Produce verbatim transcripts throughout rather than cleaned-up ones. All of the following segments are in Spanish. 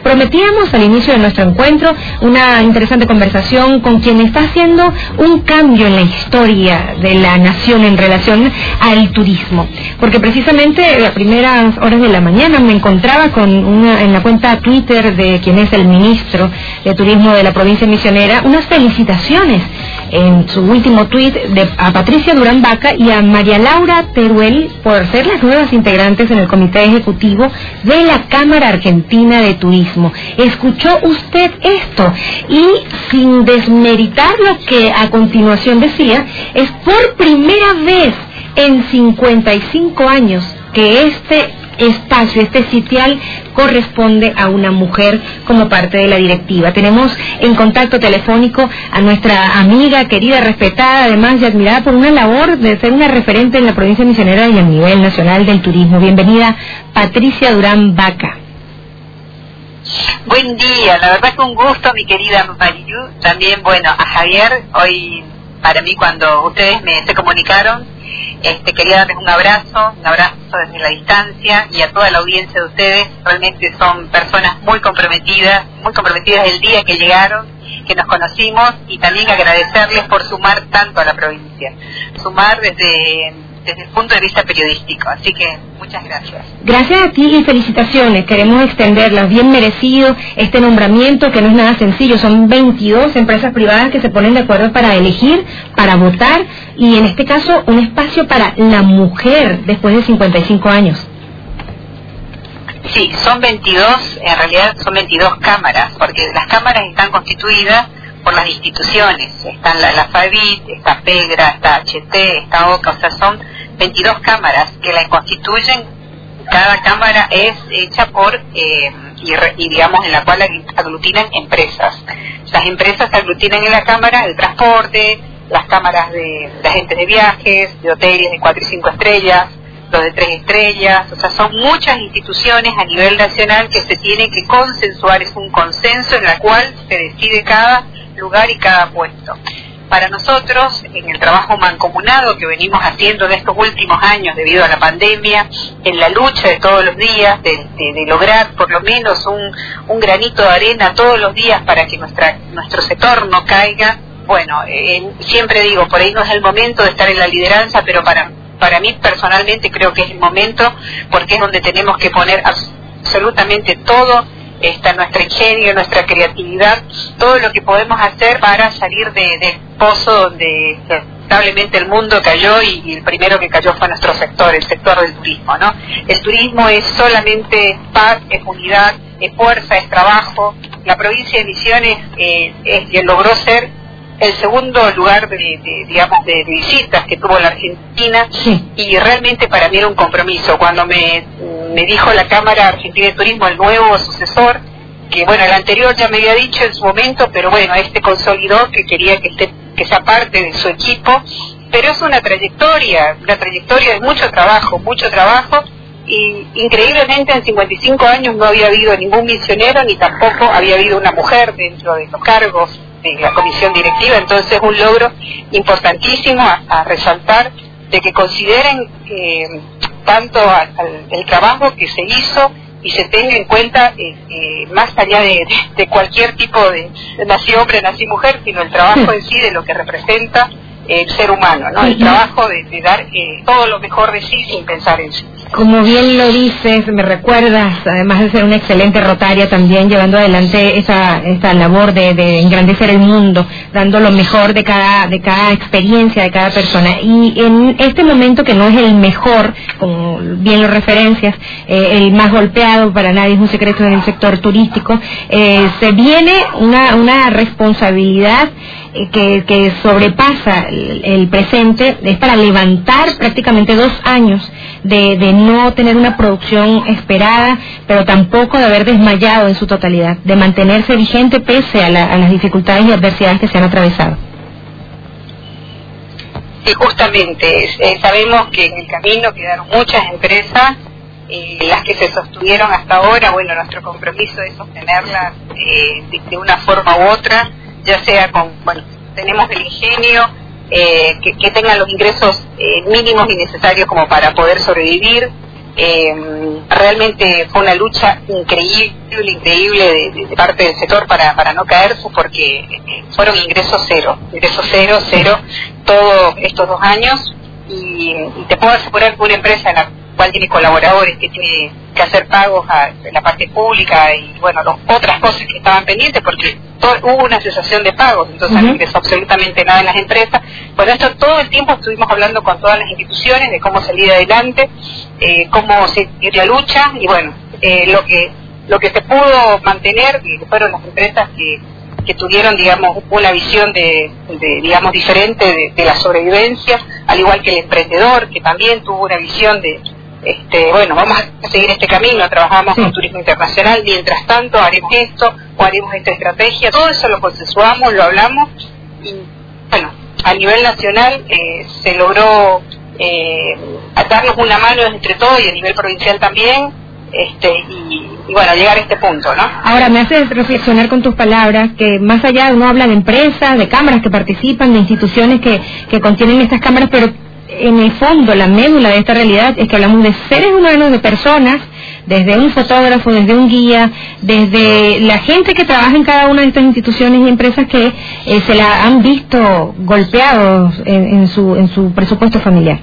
prometíamos al inicio de nuestro encuentro una interesante conversación con quien está haciendo un cambio en la historia de la nación en relación al turismo, porque precisamente a primeras horas de la mañana me encontraba con una, en la cuenta Twitter de quien es el ministro de Turismo de la provincia misionera, unas felicitaciones en su último tuit de, a Patricia Durán Baca y a María Laura Teruel por ser las nuevas integrantes en el comité ejecutivo de la Cámara Argentina de Turismo. ¿Escuchó usted esto? Y sin desmeritar lo que a continuación decía, es por primera vez en cincuenta y cinco años que este espacio, este sitial, corresponde a una mujer como parte de la directiva. Tenemos en contacto telefónico a nuestra amiga, querida, respetada, además y admirada por una labor de ser una referente en la provincia misionera y a nivel nacional del turismo. Bienvenida, Patricia Durán Baca. Buen día, la verdad que un gusto, mi querida Marilu. También, bueno, a Javier, hoy para mí cuando ustedes me se comunicaron, Este, quería darles un abrazo, un abrazo desde la distancia, y a toda la audiencia de ustedes. Realmente son personas muy comprometidas, muy comprometidas del día que llegaron, que nos conocimos, y también agradecerles por sumar tanto a la provincia, sumar desde, desde el punto de vista periodístico. Así que muchas gracias. Gracias a ti y felicitaciones, queremos extenderlas, bien merecido este nombramiento que no es nada sencillo. Son veintidós empresas privadas que se ponen de acuerdo para elegir, para votar, y en este caso un espacio para la mujer después de cincuenta y cinco años. Sí, son veintidós, en realidad son veintidós cámaras, porque las cámaras están constituidas por las instituciones. Están la, la FABIT, está PEGRA, está H T, está OCA, o sea, son veintidós cámaras que la constituyen. Cada cámara es hecha por, eh, y, re, y digamos, en la cual aglutinan empresas. Las empresas aglutinan en la cámara el transporte, las cámaras de, de agentes de viajes, de hoteles de cuatro y cinco estrellas, los de tres estrellas. O sea, son muchas instituciones a nivel nacional que se tienen que consensuar. Es un consenso en el cual se decide cada lugar y cada puesto. Para nosotros, en el trabajo mancomunado que venimos haciendo en estos últimos años debido a la pandemia, en la lucha de todos los días, de, de, de lograr por lo menos un, un granito de arena todos los días para que nuestra, nuestro sector no caiga, bueno, eh, siempre digo, por ahí no es el momento de estar en la lideranza, pero para, para mí personalmente creo que es el momento, porque es donde tenemos que poner absolutamente todo, está nuestro ingenio, nuestra creatividad, todo lo que podemos hacer para salir de, del pozo donde lamentablemente el mundo cayó, y, y el primero que cayó fue nuestro sector, el sector del turismo, ¿no? El turismo es solamente paz, es unidad, es fuerza, es trabajo. La provincia de Misiones eh, es, logró ser el segundo lugar de, de digamos de, de visitas que tuvo la Argentina, sí. Y realmente para mí era un compromiso cuando me, me dijo la Cámara Argentina de Turismo, el nuevo sucesor, que bueno, el anterior ya me había dicho en su momento, pero bueno, este consolidó que quería que esté, que sea parte de su equipo, pero es una trayectoria, una trayectoria de mucho trabajo, mucho trabajo, y increíblemente en cincuenta y cinco años no había habido ningún misionero, ni tampoco había habido una mujer dentro de los cargos de la comisión directiva. Entonces es un logro importantísimo a, a resaltar, de que consideren eh, tanto a, a, el trabajo que se hizo y se tenga en cuenta eh, eh, más allá de, de, de cualquier tipo de, de nací hombre, nací mujer, sino el trabajo en sí de lo que representa el ser humano, ¿no? El trabajo de, de dar eh, todo lo mejor de sí sin pensar en sí. Como bien lo dices, me recuerdas, además de ser una excelente rotaria, también llevando adelante esa esa labor de, de engrandecer el mundo, dando lo mejor de cada de cada experiencia de cada persona. Y en este momento, que no es el mejor, como bien lo referencias, eh, el más golpeado, para nadie es un secreto en el sector turístico, eh, se viene una una responsabilidad que, que sobrepasa el, el presente, es para levantar prácticamente dos años de, de no tener una producción esperada, pero tampoco de haber desmayado en su totalidad, de mantenerse vigente pese a, la, a las dificultades y adversidades que se han atravesado. Sí, justamente, eh, sabemos que en el camino quedaron muchas empresas, eh, las que se sostuvieron hasta ahora. Bueno, nuestro compromiso es sostenerlas eh, de, de una forma u otra, ya sea con, bueno, tenemos el ingenio, eh, que, que tengan los ingresos eh, mínimos y necesarios como para poder sobrevivir, Eh, realmente fue una lucha increíble, increíble de, de, de parte del sector para, para no caerse, porque eh, fueron ingresos cero, ingresos cero, cero, todos estos dos años, y, y te puedo asegurar que una empresa en la cual tiene colaboradores, que tiene que hacer pagos a la parte pública y bueno, los, otras cosas que estaban pendientes, porque todo, hubo una cesación de pagos, entonces uh-huh. no ingresó absolutamente nada en las empresas. Bueno, esto todo el tiempo estuvimos hablando con todas las instituciones de cómo salir adelante, eh, cómo seguir la lucha, y bueno, eh, lo que lo que se pudo mantener, que fueron las empresas que que tuvieron, digamos, una visión de, de digamos, diferente de, de la sobrevivencia, al igual que el emprendedor, que también tuvo una visión de, este, bueno, vamos a seguir este camino, trabajamos sí. con turismo internacional, mientras tanto haremos esto, o haremos esta estrategia, todo eso lo consensuamos, lo hablamos, y bueno, a nivel nacional eh, se logró eh, darnos una mano entre todos, y a nivel provincial también, Este, y, y bueno, llegar a este punto, ¿no? Ahora, me haces reflexionar con tus palabras que más allá uno habla de empresas, de cámaras que participan, de instituciones que, que contienen estas cámaras, pero en el fondo, la médula de esta realidad es que hablamos de seres humanos, de personas, desde un fotógrafo, desde un guía, desde la gente que trabaja en cada una de estas instituciones y empresas que eh, se la han visto golpeados en, en, su, en su presupuesto familiar.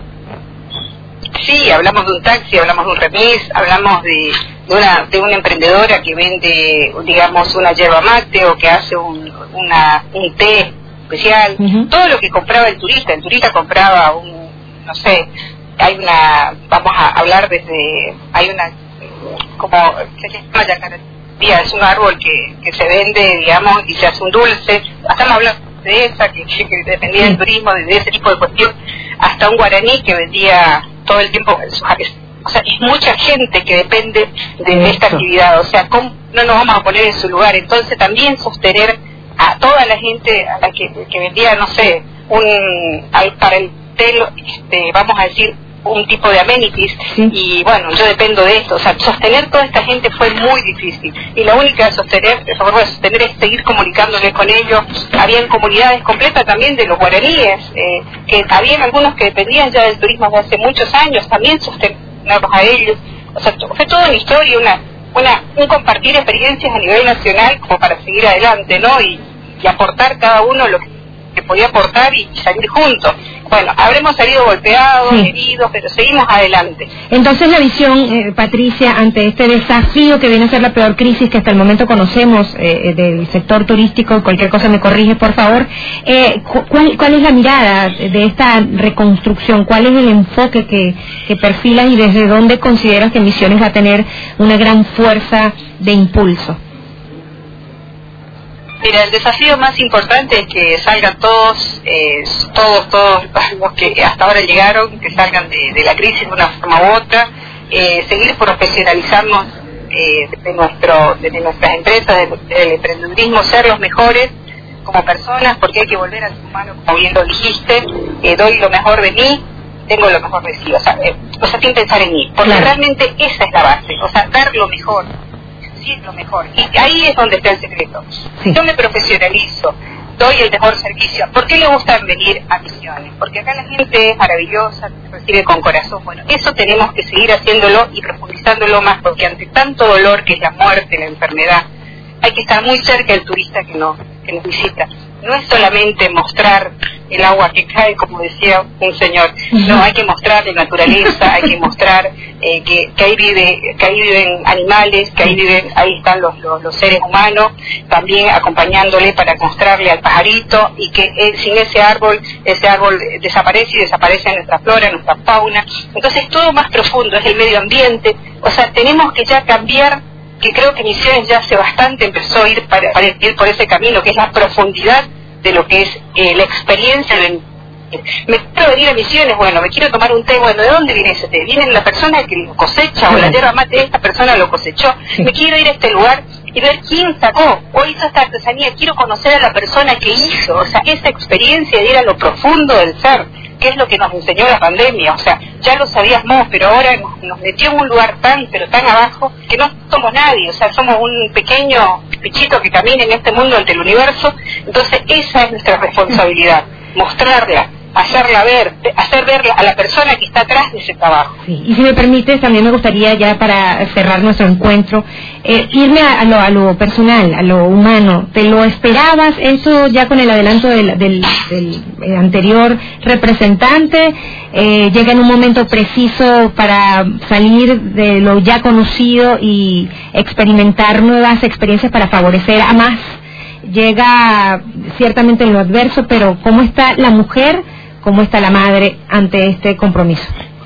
Sí, hablamos de un taxi, hablamos de un remis, hablamos de, de una de una emprendedora que vende, digamos, una yerba mate o que hace un, una, un té especial. Uh-huh. Todo lo que compraba el turista, el turista compraba un, no sé, hay una, vamos a hablar desde, hay una, como, se llama yacarandía, es un árbol que, que se vende, digamos, y se hace un dulce, estamos hablando de esa, que, que dependía del turismo, de ese tipo de cuestión, hasta un guaraní que vendía todo el tiempo, o sea, es mucha gente que depende de esta actividad, o sea, ¿cómo no nos vamos a poner en su lugar? Entonces también sostener a toda la gente a la que, que vendía, no sé, un para el telo, este, vamos a decir, un tipo de amenities, sí. y bueno, yo dependo de esto, o sea, sostener toda esta gente fue muy difícil, y la única de sostener, de favor de sostener es seguir comunicándoles con ellos. Habían comunidades completas también de los guaraníes, eh, que habían algunos que dependían ya del turismo de hace muchos años, también sostenerlos a ellos, o sea, fue toda una historia, una, una, un compartir experiencias a nivel nacional como para seguir adelante, ¿no? Y, y aportar cada uno lo que que podía aportar y salir juntos. Bueno, habremos salido golpeados, sí. heridos, pero seguimos adelante. Entonces la visión, eh, Patricia, ante este desafío que viene a ser la peor crisis que hasta el momento conocemos eh, del sector turístico, cualquier cosa me corrige, por favor, eh, ¿cuál, ¿cuál es la mirada de esta reconstrucción? ¿Cuál es el enfoque que, que perfilas y desde dónde consideras que Misiones va a tener una gran fuerza de impulso? Mira, el desafío más importante es que salgan todos, eh, todos, todos los que hasta ahora llegaron, que salgan de, de la crisis de una forma u otra, eh, seguir profesionalizarnos eh, de nuestro, de nuestras empresas, de, del emprendedurismo, ser los mejores como personas, porque hay que volver al ser humano, como bien lo dijiste, eh, doy lo mejor de mí, tengo lo mejor de sí, o sea, eh, o sea, sin pensar en mí, porque claro. realmente esa es la base, o sea, dar lo mejor. Es lo mejor, y ahí es donde está el secreto. Sí. Yo me profesionalizo, doy el mejor servicio. ¿Por qué le gusta venir a Misiones? Porque acá la gente es maravillosa, se recibe con corazón. Bueno, eso tenemos que seguir haciéndolo y profundizándolo más, porque ante tanto dolor que es la muerte, la enfermedad, hay que estar muy cerca del turista que nos, que nos visita. No es solamente mostrar el agua que cae, como decía un señor, no, hay que mostrar la naturaleza, hay que mostrar eh, que, que ahí vive, que ahí viven animales, que ahí viven, ahí están los, los, los seres humanos, también acompañándole para mostrarle al pajarito, y que eh, sin ese árbol, ese árbol desaparece y desaparece nuestra flora, nuestra fauna. Entonces todo más profundo, es el medio ambiente, o sea, tenemos que ya cambiar, que creo que Misiones ya hace bastante empezó a ir para, para ir por ese camino, que es la profundidad de lo que es eh, la experiencia de... Me quiero venir a Misiones, bueno, me quiero tomar un té, bueno, ¿de dónde viene ese té? Viene la persona que lo cosecha, o la yerba mate, esta persona lo cosechó. Sí. Me quiero ir a este lugar y ver quién sacó o hizo esta artesanía, quiero conocer a la persona que hizo, o sea, esa experiencia de ir a lo profundo del ser, que es lo que nos enseñó la pandemia, o sea, ya lo sabíamos, pero ahora nos, nos metió en un lugar tan, pero tan abajo, que no somos nadie, o sea, somos un pequeño bichito que camina en este mundo ante el universo. Entonces esa es nuestra responsabilidad, mostrarla, hacerla ver, hacer ver a la persona que está atrás de ese trabajo. Sí. Y si me permites, también me gustaría, ya para cerrar nuestro encuentro, eh, irme a, a, lo, a lo personal, a lo humano. ¿Te lo esperabas eso ya con el adelanto del, del, del eh, anterior representante? Eh, ¿Llega en un momento preciso para salir de lo ya conocido y experimentar nuevas experiencias para favorecer a más? Llega ciertamente en lo adverso, pero ¿cómo está la mujer, cómo está la madre ante este compromiso?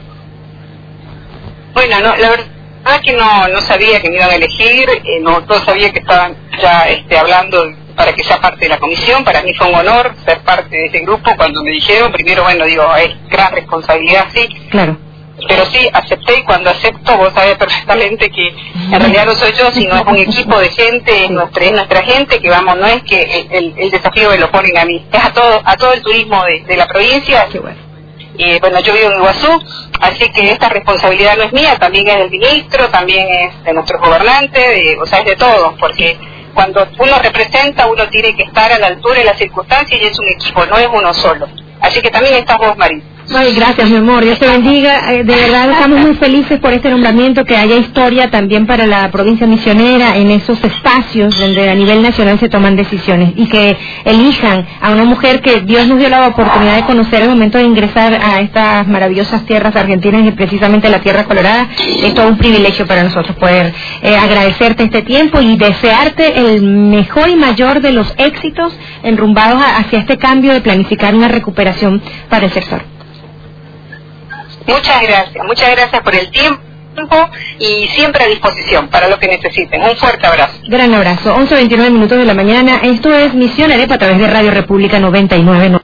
Bueno, no, la verdad es que no, no sabía que me iban a elegir, eh, no, no sabía que estaban ya este, hablando para que sea parte de la comisión. Para mí fue un honor ser parte de ese grupo. Cuando me dijeron, primero, bueno, digo, es gran responsabilidad, sí. Claro. Pero sí, acepté, y cuando acepto, vos sabés perfectamente que en realidad no soy yo, sino es un equipo de gente, es nuestra, es nuestra gente, que vamos, no es que el, el desafío me lo ponen a mí, es a todo a todo el turismo de, de la provincia. Qué bueno. Y bueno, yo vivo en Iguazú, así que esta responsabilidad no es mía, también es del ministro, también es de nuestros gobernantes, de, o sea, es de todos, porque cuando uno representa, uno tiene que estar a la altura de las circunstancias, y es un equipo, no es uno solo. Así que también estás vos, María. Ay, gracias, mi amor, Dios te bendiga. Eh, de verdad estamos muy felices por este nombramiento, que haya historia también para la provincia misionera en esos espacios donde a nivel nacional se toman decisiones, y que elijan a una mujer que Dios nos dio la oportunidad de conocer al momento de ingresar a estas maravillosas tierras argentinas, y precisamente la Tierra Colorada. Es todo un privilegio para nosotros poder eh, agradecerte este tiempo y desearte el mejor y mayor de los éxitos enrumbados hacia este cambio de planificar una recuperación para el sector. Muchas gracias, muchas gracias por el tiempo y siempre a disposición para lo que necesiten. Un fuerte abrazo. Gran abrazo. once veintinueve minutos de la mañana. Esto es Misión Arepa a través de Radio República noventa y nueve.